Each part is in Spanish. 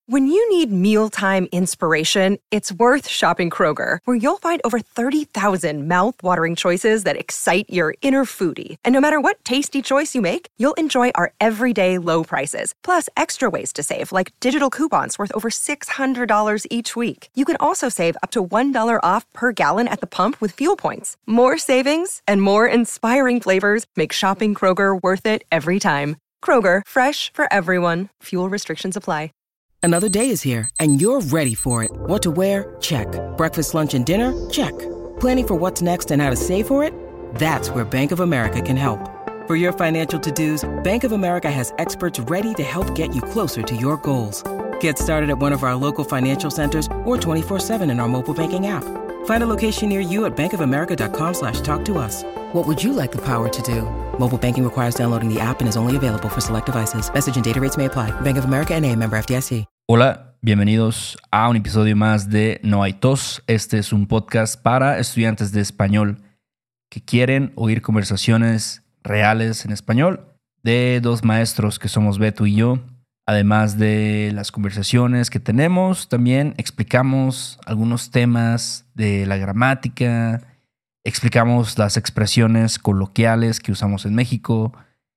When you need mealtime inspiration, it's worth shopping Kroger, where you'll find over 30,000 mouth-watering choices that excite your inner foodie. And no matter what tasty choice you make, you'll enjoy our everyday low prices, plus extra ways to save, like digital coupons worth over $600 each week. You can also save up to $1 off per gallon at the pump with fuel points. More savings and more inspiring flavors make shopping Kroger worth it every time. Kroger, fresh for everyone. Fuel restrictions apply. Another day is here, and you're ready for it. What to wear? Check. Breakfast, lunch, and dinner? Check. Planning for what's next and how to save for it? That's where Bank of America can help. For your financial to-dos, Bank of America has experts ready to help get you closer to your goals. Get started at one of our local financial centers or 24/7 in our mobile banking app. Find a location near you at bankofamerica.com/talktous. What would you like the power to do? Mobile banking requires downloading the app and is only available for select devices. Message and data rates may apply. Bank of America N.A., member FDIC. Hola, bienvenidos a un episodio más de No hay tos. Este es un podcast para estudiantes de español que quieren oír conversaciones reales en español de dos maestros que somos Beto y yo. Además de las conversaciones que tenemos, también explicamos algunos temas de la gramática, explicamos las expresiones coloquiales que usamos en México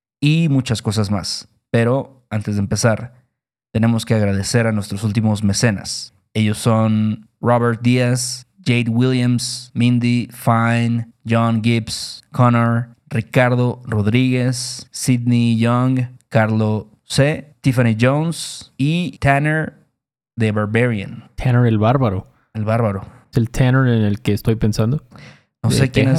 y muchas cosas más. Pero antes de empezar, tenemos que agradecer a nuestros últimos mecenas. Ellos son Robert Díaz, Jade Williams, Mindy Fine, John Gibbs, Connor, Ricardo Rodríguez, Sidney Young, Carlo C., Tiffany Jones y Tanner the Barbarian. Tanner el Bárbaro. El Bárbaro. ¿Es el Tanner en el que estoy pensando? No sé quién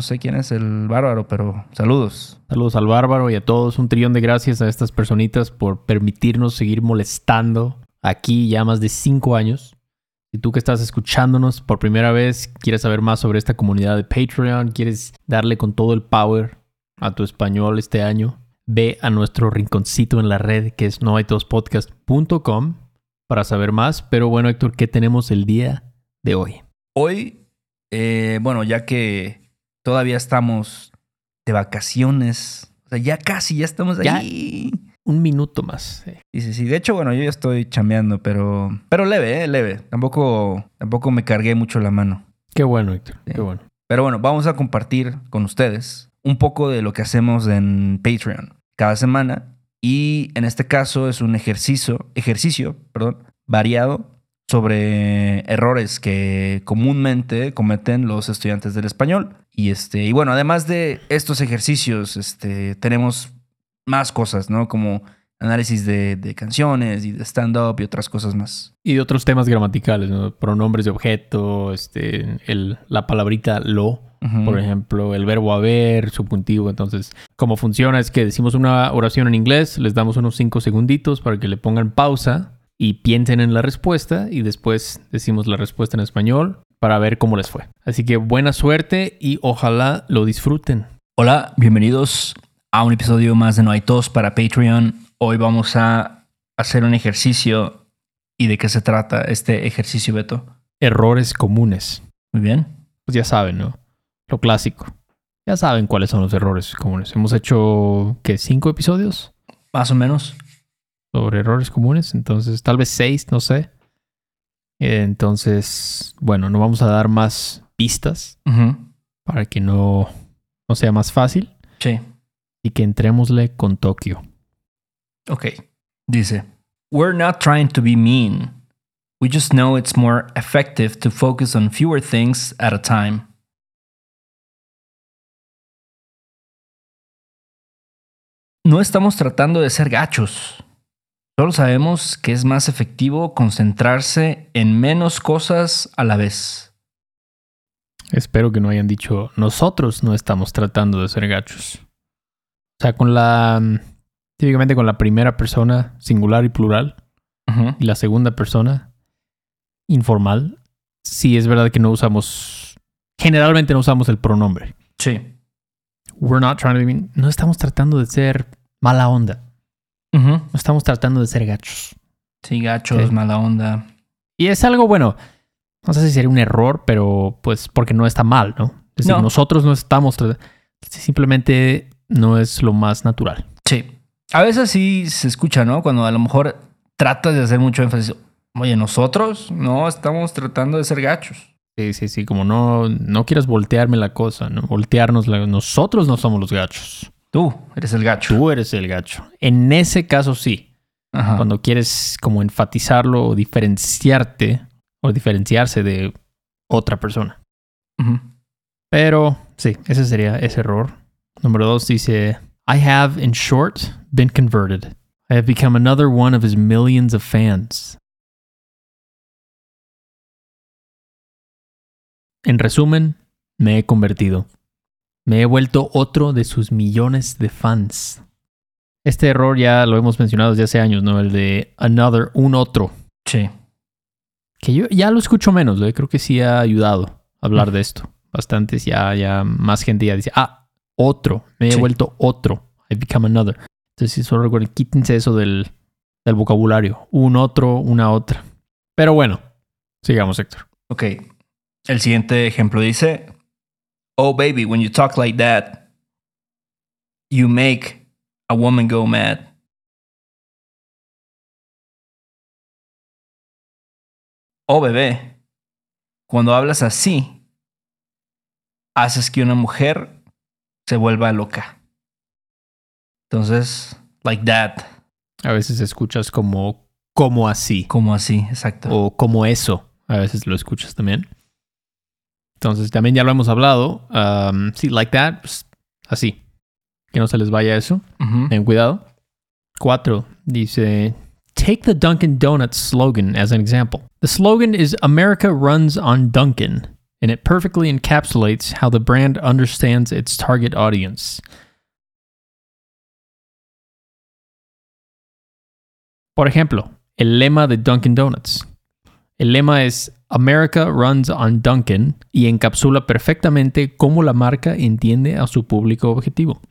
es el Bárbaro, pero saludos. Saludos al Bárbaro y a todos. Un trillón de gracias a estas personitas por permitirnos seguir molestando aquí ya más de 5 años. Si tú que estás escuchándonos por primera vez, quieres saber más sobre esta comunidad de Patreon, quieres darle con todo el power a tu español este año, ve a nuestro rinconcito en la red que es noaitospodcast.com para saber más. Pero bueno, Héctor, ¿qué tenemos el día de hoy? Hoy, ya que todavía estamos de vacaciones, o sea, ya estamos ahí. Ya un minuto más. Sí. De hecho, yo ya estoy chambeando, pero leve. Tampoco me cargué mucho la mano. Qué bueno, Héctor. Sí. Qué bueno. Pero bueno, vamos a compartir con ustedes un poco de lo que hacemos en Patreon cada semana. Y en este caso es un ejercicio variado sobre errores que comúnmente cometen los estudiantes del español. Y bueno, además de estos ejercicios, tenemos más cosas, ¿no? Como análisis de canciones y de stand-up y otras cosas más. Y de otros temas gramaticales, ¿no? Pronombres de objeto, la palabrita lo. Uh-huh. Por ejemplo, el verbo haber, subjuntivo. Entonces, cómo funciona es que decimos una oración en inglés, les damos unos 5 segunditos para que le pongan pausa y piensen en la respuesta y después decimos la respuesta en español para ver cómo les fue. Así que buena suerte y ojalá lo disfruten. Hola, bienvenidos a un episodio más de No hay tos para Patreon. Hoy vamos a hacer un ejercicio. ¿Y de qué se trata este ejercicio, Beto? Errores comunes. Muy bien. Pues ya saben, ¿no? Lo clásico. Ya saben cuáles son los errores comunes. Hemos hecho, 5 episodios? Más o menos. Sobre errores comunes. Entonces, tal vez 6, no sé. Entonces, bueno, no vamos a dar más pistas. Uh-huh. Para que no sea más fácil. Sí. Y que entrémosle con Tokio. Ok. Dice, we're not trying to be mean. We just know it's more effective to focus on fewer things at a time. No estamos tratando de ser gachos. Solo sabemos que es más efectivo concentrarse en menos cosas a la vez. Espero que no hayan dicho, nosotros no estamos tratando de ser gachos. O sea, típicamente con la primera persona singular y plural. Uh-huh. Y la segunda persona informal. Sí, es verdad que generalmente no usamos el pronombre. Sí. We're not trying to be mean. No estamos tratando de ser mala onda. Uh-huh. No estamos tratando de ser gachos. Sí, gachos, Okay. Mala onda. Y es algo, bueno, no sé si sería un error, pero pues porque no está mal, ¿no? Es decir, nosotros no estamos simplemente no es lo más natural. Sí. A veces sí se escucha, ¿no? Cuando a lo mejor tratas de hacer mucho énfasis. Oye, nosotros no estamos tratando de ser gachos. Sí. Como no quieras voltearme la cosa, ¿no? Nosotros no somos los gachos. Tú eres el gacho. Tú eres el gacho. En ese caso sí. Ajá. Cuando quieres como enfatizarlo o diferenciarte o diferenciarse de otra persona. Ujú. Pero sí, ese sería ese error. Número 2 dice, I have, in short, been converted. I have become another one of his millions of fans. En resumen, me he convertido. Me he vuelto otro de sus millones de fans. Este error ya lo hemos mencionado desde hace años, ¿no? El de another, un otro. Sí. Que yo ya lo escucho menos, ¿eh? Creo que sí ha ayudado a hablar de esto. Bastantes, ya más gente ya dice, otro. Me he vuelto otro. I've become another. Entonces, sí, solo recuerden, quítense eso del vocabulario. Un otro, una otra. Pero bueno, sigamos, Héctor. Ok. El siguiente ejemplo dice, oh baby, when you talk like that, you make a woman go mad. Oh bebé, cuando hablas así, haces que una mujer se vuelva loca. Entonces, like that. A veces escuchas como así. Como así, exacto. O como eso. A veces lo escuchas también. Entonces, también ya lo hemos hablado. Sí, like that. Pues, así. Que no se les vaya eso. Ujú. Ten cuidado. 4. Dice, take the Dunkin' Donuts slogan as an example. The slogan is America runs on Dunkin', and it perfectly encapsulates how the brand understands its target audience. Por ejemplo, el lema de Dunkin' Donuts. El lema es America runs on Dunkin' y encapsula perfectamente cómo la marca entiende a su público objetivo.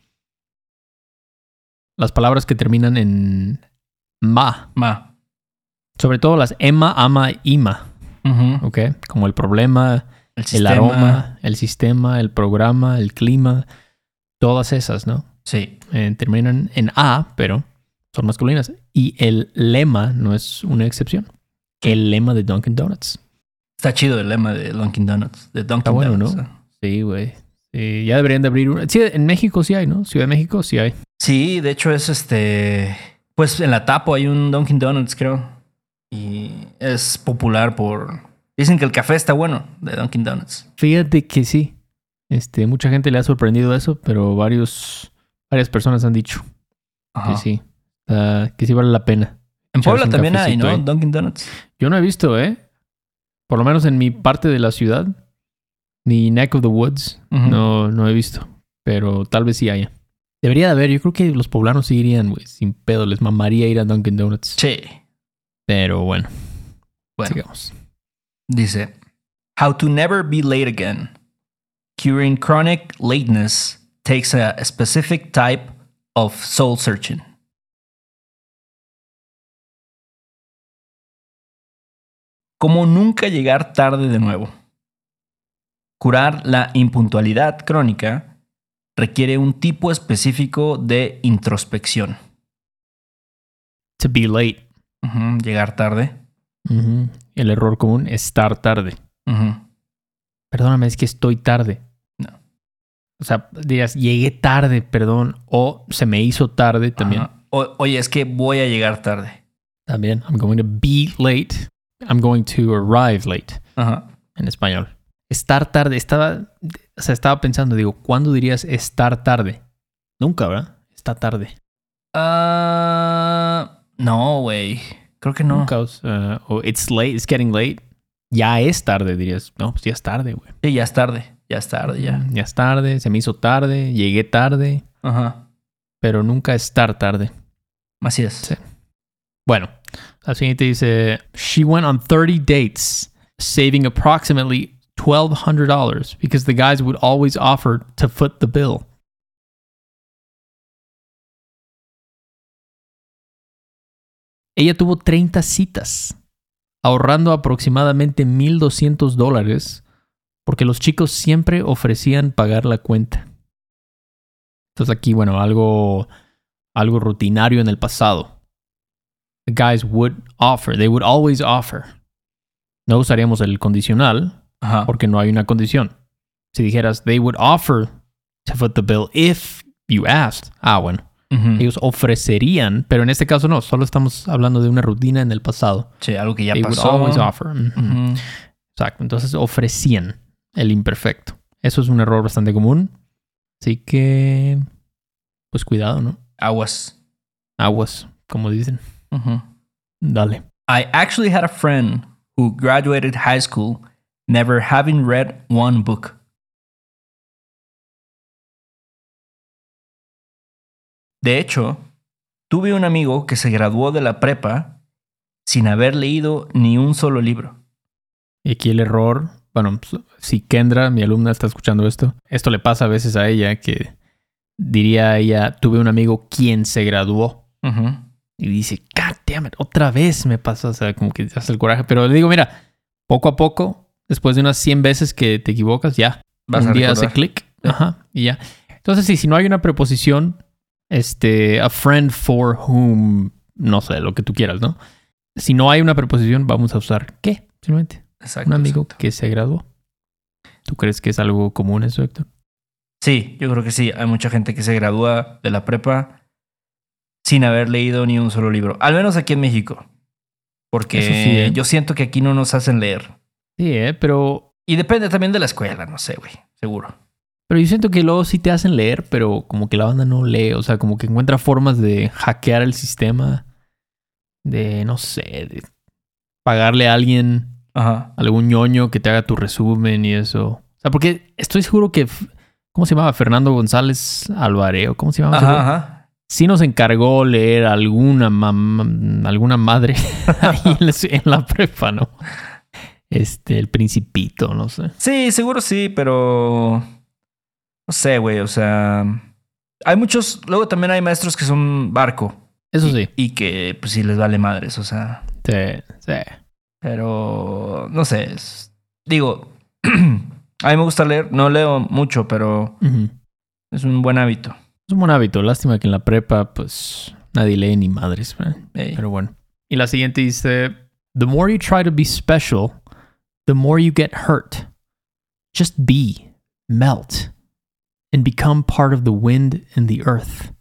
Las palabras que terminan en ma. Sobre todo las ema, ama, ima. Ujú. ¿Ok? Como el problema, El el sistema. aroma, el sistema, el programa, el clima. Todas esas, ¿no? Sí. Terminan en a, pero son masculinas. Y el lema no es una excepción. El lema de Dunkin' Donuts. Está chido el lema de Dunkin' Donuts. De Dunkin' Está bueno, Donuts. ¿no? Sí, güey. Sí, ya deberían de abrir una. Sí, en México sí hay, ¿no? Ciudad de México sí hay. Sí, de hecho es pues en la Tapo hay un Dunkin' Donuts, creo. Y es popular por... Dicen que el café está bueno de Dunkin' Donuts. Fíjate que sí. Mucha gente le ha sorprendido eso, pero varias personas han dicho Ajá. que sí. Que sí vale la pena. En Echarse Puebla un también hay, cafecito ¿no? ahí. Dunkin' Donuts. Yo no he visto, ¿eh? Por lo menos en mi parte de la ciudad, ni neck of the woods, Ujú. no he visto. Pero tal vez sí haya. Debería de haber. Yo creo que los poblanos sí irían, güey. Sin pedo. Les mamaría ir a Dunkin' Donuts. Sí. Pero bueno, Bueno, sigamos. dice, how to never be late again. Curing chronic lateness takes a specific type of soul searching. Cómo nunca llegar tarde de nuevo. Curar la impuntualidad crónica requiere un tipo específico de introspección. To be late. Ujú, llegar tarde. Ujú. El error común, estar tarde. Ujú. Perdóname, es que estoy tarde. No. O sea, dirías, llegué tarde, perdón. O se me hizo tarde también. Ajá. Oye, es que voy a llegar tarde. También, I'm going to be late. I'm going to arrive late. Ajá. En español. Estar tarde. Estaba pensando, digo, ¿cuándo dirías estar tarde? Nunca, ¿verdad? Está tarde. No, güey. Creo que no. Nunca. O it's late, it's getting late. Ya es tarde, dirías. No, pues ya es tarde, güey. Sí, ya es tarde. Ya es tarde, ya. Ya es tarde, se me hizo tarde, llegué tarde, Ajá. pero nunca estar tarde. Así es. Sí. Bueno, la siguiente dice, she went on 30 dates, saving approximately $1,200 because the guys would always offer to foot the bill. Ella tuvo 30 citas, ahorrando aproximadamente $1,200 porque los chicos siempre ofrecían pagar la cuenta. Entonces aquí, bueno, algo rutinario en el pasado. the guys would offer. They would always offer. No usaríamos el condicional Ajá. porque no hay una condición. Si dijeras, they would offer to foot the bill if you asked. Bueno. Ujú. Ellos ofrecerían, pero en este caso no. Solo estamos hablando de una rutina en el pasado. Sí, algo que ya They pasó. would always offer. Ujú. Exacto. Entonces ofrecían el imperfecto. Eso es un error bastante común. Así que, pues cuidado, ¿no? Aguas. Aguas, como dicen. Ujú. Dale. I actually had a friend who graduated high school never having read one book. De hecho, tuve un amigo que se graduó de la prepa sin haber leído ni un solo libro. Y aquí el error, bueno, si Kendra, mi alumna, está escuchando esto le pasa a veces a ella que diría ella, tuve un amigo quien se graduó. Ujú. Y dice, God damn it, otra vez me pasa. O sea, como que hace el coraje. Pero le digo, mira, poco a poco, después de unas 100 veces que te equivocas, ya. Vas un a día recordar. hace clic. Ajá, y ya. Entonces, sí, si no hay una preposición, a friend for whom, no sé, lo que tú quieras, ¿no? Si no hay una preposición, vamos a usar ¿qué? Simplemente. Exacto, Un amigo exacto. que se graduó. ¿Tú crees que es algo común eso, Héctor? Sí, yo creo que sí. Hay mucha gente que se gradúa de la prepa sin haber leído ni un solo libro. Al menos aquí en México. Porque Eso sí, yo siento que aquí no nos hacen leer. Sí, pero Y depende también de la escuela, no sé, güey. Seguro. yo siento que luego sí te hacen leer, pero como que la banda no lee. O sea, como que encuentra formas de hackear el sistema. De, no sé, de pagarle a alguien, Ajá. algún ñoño que te haga tu resumen y eso. O sea, porque estoy seguro que, ¿cómo se llamaba? Fernando González Alvareo. ¿Cómo se llamaba? Ajá, ajá. Sí nos encargó leer alguna madre ahí en la prepa, ¿no? El Principito, no sé. Sí, seguro sí, pero no sé, güey. O sea, hay muchos. Luego también hay maestros que son barco. Eso sí. Y que, pues sí, les vale madres. O sea, Sí, sí. pero no sé. Digo, a mí me gusta leer. No leo mucho, pero Ujú. es un buen hábito. Es un buen hábito. Lástima que en la prepa, pues, nadie lee ni madres, ¿verdad? Ey. Pero bueno. Y la siguiente dice, the more you try to be special, the more you get hurt. Just be, melt, and become part of the wind and the earth.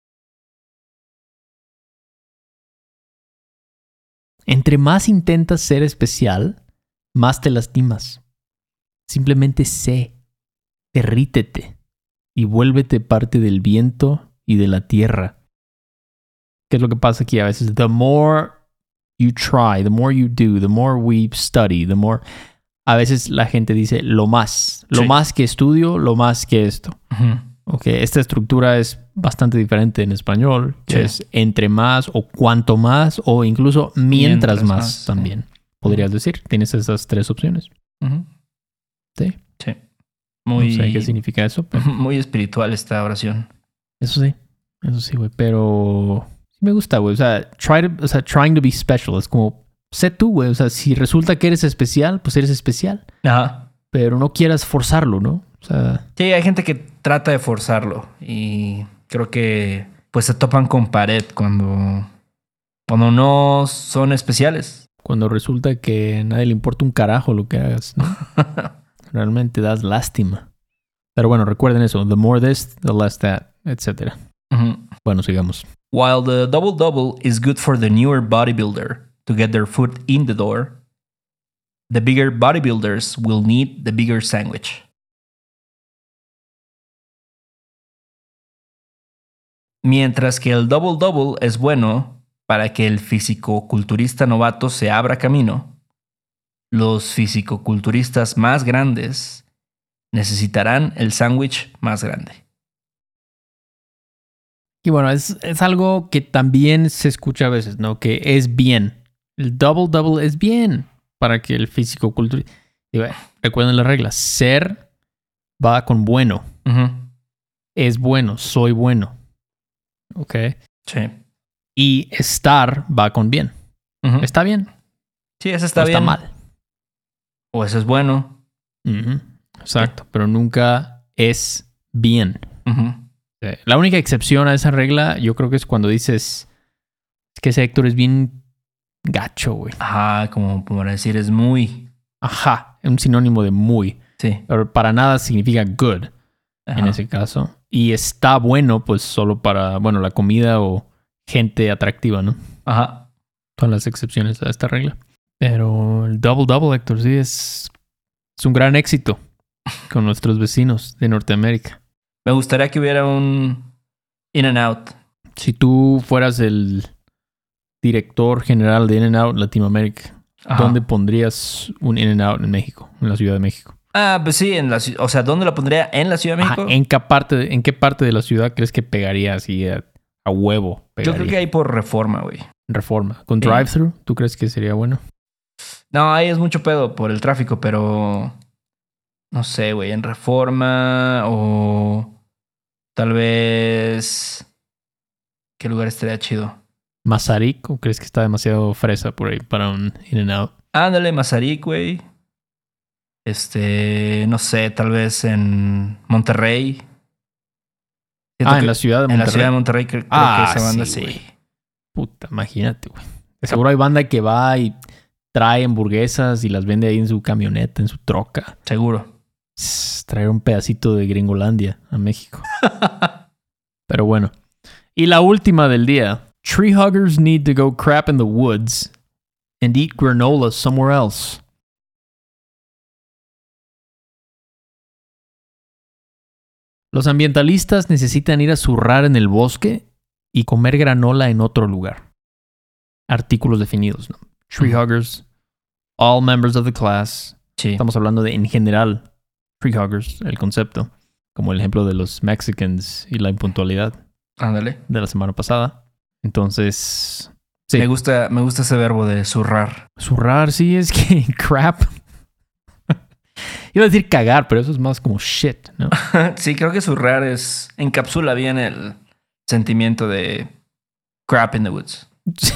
Entre más intentas ser especial, más te lastimas. Simplemente sé, derrítete y vuélvete parte del viento y de la tierra. ¿Qué es lo que pasa aquí? A veces, the more you try, the more you do, the more we study, the more... A veces la gente dice lo más que estudio, lo más que esto. Ujú. Okay, esta estructura es bastante diferente en español, que Sí. es entre más o cuanto más o incluso mientras más sí. también. Podrías decir, tienes esas tres opciones. Ujú. Sí. Sí. Muy, No sé qué significa eso, pero muy espiritual esta oración. eso sí, güey. Pero sí me gusta, güey. O sea, trying to be special. Es como, sé tú, güey. O sea, si resulta que eres especial, pues eres especial. Ajá. Pero no quieras forzarlo, ¿no? O sea, Sí, hay gente que trata de forzarlo y creo que pues se topan con pared cuando no son especiales. cuando resulta que a nadie le importa un carajo lo que hagas, ¿no? Realmente das lástima. Pero bueno, recuerden eso. The more this, the less that, etc. Ujú. Bueno, sigamos. While the double-double is good for the newer bodybuilder to get their foot in the door, the bigger bodybuilders will need the bigger sandwich. Mientras que el double-double es bueno para que el fisicoculturista novato se abra camino, los fisicoculturistas más grandes necesitarán el sándwich más grande. Y bueno, es algo que también se escucha a veces, ¿no? Que es bien. El double-double es bien para que el físico culturista... Recuerden las reglas. Ser va con bueno. Ujú. Es bueno. Soy bueno. ¿Ok? Sí. Y estar va con bien. Ujú. ¿Está bien? Sí, eso está o bien. está mal. O eso es bueno. Ujú. Exacto. Pero nunca es bien. Ujú. La única excepción a esa regla, yo creo que es cuando dices es que ese Héctor es bien gacho, güey. Ajá, como para decir es muy. Ajá, un sinónimo de muy. Sí. Pero para nada significa good Ajá. en ese caso. Y está bueno, pues solo para, bueno, la comida o gente atractiva, ¿no? Ajá. Todas las excepciones a esta regla. Pero el double-double, Héctor, sí es un gran éxito con nuestros vecinos de Norteamérica. Me gustaría que hubiera un In-N-Out. Si tú fueras el director general de In-N-Out Latinoamérica, Ajá. ¿dónde pondrías un In-N-Out en México, en la Ciudad de México? Ah, pues sí, o sea, ¿dónde lo pondría? ¿En la Ciudad de México? Ajá, ¿en qué parte de la ciudad crees que pegaría así a huevo? Yo creo que ahí por Reforma, güey. Reforma. ¿Con Sí. drive-thru? ¿Tú crees que sería bueno? No, ahí es mucho pedo por el tráfico, pero no sé, güey, en Reforma o tal vez ¿qué lugar estaría chido? ¿Mazarik? ¿O crees que está demasiado fresa por ahí para un In-N-Out? Ándale, Mazarik, güey. No sé, tal vez en Monterrey. Siento En que la ciudad de en Monterrey. la ciudad de Monterrey creo que esa banda sí. güey. Puta, imagínate, güey. De seguro hay banda que va y trae hamburguesas y las vende ahí en su camioneta, en su troca. Seguro. Traer un pedacito de Gringolandia a México. Pero bueno. Y la última del día. Tree huggers need to go crap in the woods and eat granola somewhere else. Los ambientalistas necesitan ir a zurrar en el bosque y comer granola en otro lugar. Artículos definidos, ¿no? Tree huggers, all members of the class. Sí. Estamos hablando de, en general, tree huggers, el concepto. Como el ejemplo de los Mexicans y la impuntualidad Ándale. de la semana pasada. Entonces, sí. Me gusta ese verbo de zurrar. Zurrar, sí, es que crap. Iba a decir cagar, pero eso es más como shit, ¿no? Sí, creo que zurrar encapsula bien el sentimiento de crap in the woods. Sí.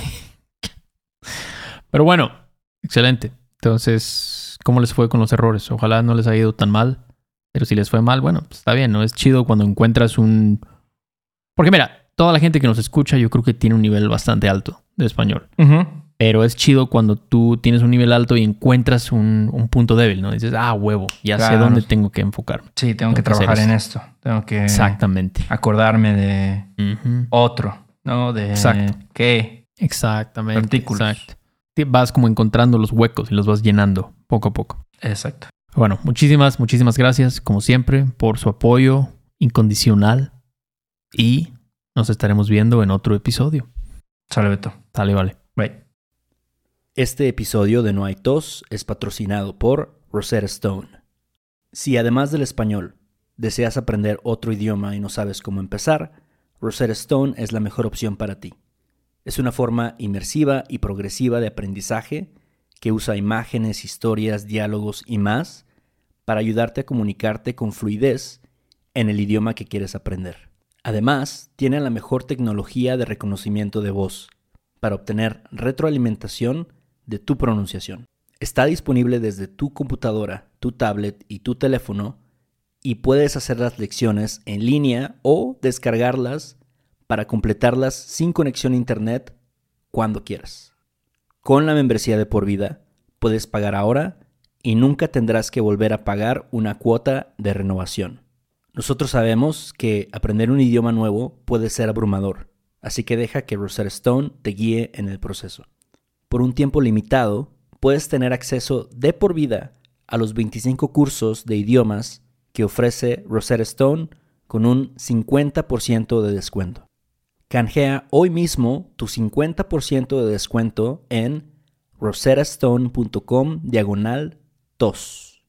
Pero bueno, excelente. Entonces, ¿cómo les fue con los errores? Ojalá no les haya ido tan mal. Pero si les fue mal, bueno, pues está bien, ¿no? Es chido cuando encuentras un... Porque mira, toda la gente que nos escucha yo creo que tiene un nivel bastante alto de español. Pero es chido cuando tú tienes un nivel alto y encuentras un punto débil, ¿no? Dices, huevo, ya sé Claro. dónde tengo que enfocarme. Sí, tengo que Tengo que hacer trabajar en esto. Tengo que Exactamente. acordarme de Ujú. otro, ¿no? De Exacto. qué. Exactamente. Artículos. Exacto. Vas como encontrando los huecos y los vas llenando poco a poco. Exacto. Bueno, muchísimas gracias, como siempre, por su apoyo incondicional. Y nos estaremos viendo en otro episodio. Sale, Beto. Sale, vale. Bye. Este episodio de No hay tos es patrocinado por Rosetta Stone. Si además del español deseas aprender otro idioma y no sabes cómo empezar, Rosetta Stone es la mejor opción para ti. Es una forma inmersiva y progresiva de aprendizaje que usa imágenes, historias, diálogos y más para ayudarte a comunicarte con fluidez en el idioma que quieres aprender. Además, tiene la mejor tecnología de reconocimiento de voz para obtener retroalimentación de tu pronunciación. Está disponible desde tu computadora, tu tablet y tu teléfono y puedes hacer las lecciones en línea o descargarlas para completarlas sin conexión a internet cuando quieras. Con la membresía de por vida puedes pagar ahora y nunca tendrás que volver a pagar una cuota de renovación. Nosotros sabemos que aprender un idioma nuevo puede ser abrumador, así que deja que Rosetta Stone te guíe en el proceso. Por un tiempo limitado, puedes tener acceso de por vida a los 25 cursos de idiomas que ofrece Rosetta Stone con un 50% de descuento. Canjea hoy mismo tu 50% de descuento en rosettastone.com/tos.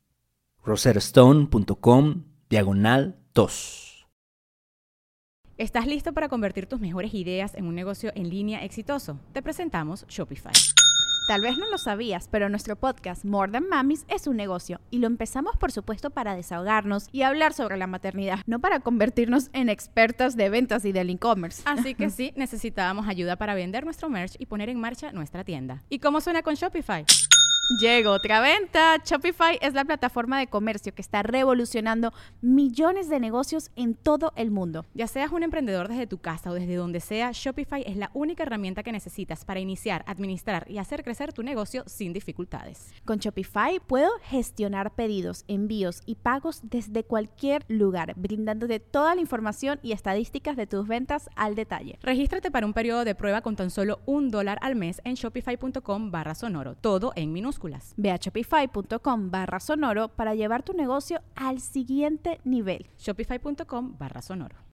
rosettastone.com/tos. ¿Estás listo para convertir tus mejores ideas en un negocio en línea exitoso? Te presentamos Shopify. Tal vez no lo sabías, pero nuestro podcast More Than Mamis es un negocio y lo empezamos por supuesto para desahogarnos y hablar sobre la maternidad, no para convertirnos en expertas de ventas y del e-commerce. Así que sí, necesitábamos ayuda para vender nuestro merch y poner en marcha nuestra tienda. ¿Y cómo suena con Shopify? Llegó otra venta. Shopify es la plataforma de comercio que está revolucionando millones de negocios en todo el mundo. Ya seas un emprendedor desde tu casa o desde donde sea, Shopify es la única herramienta que necesitas para iniciar, administrar y hacer crecer tu negocio sin dificultades. Con Shopify puedo gestionar pedidos, envíos y pagos desde cualquier lugar, brindándote toda la información y estadísticas de tus ventas al detalle. Regístrate para un periodo de prueba con tan solo $1 al mes en shopify.com/sonoro, todo en minúsculas. Ve a shopify.com/sonoro para llevar tu negocio al siguiente nivel. Shopify.com/sonoro.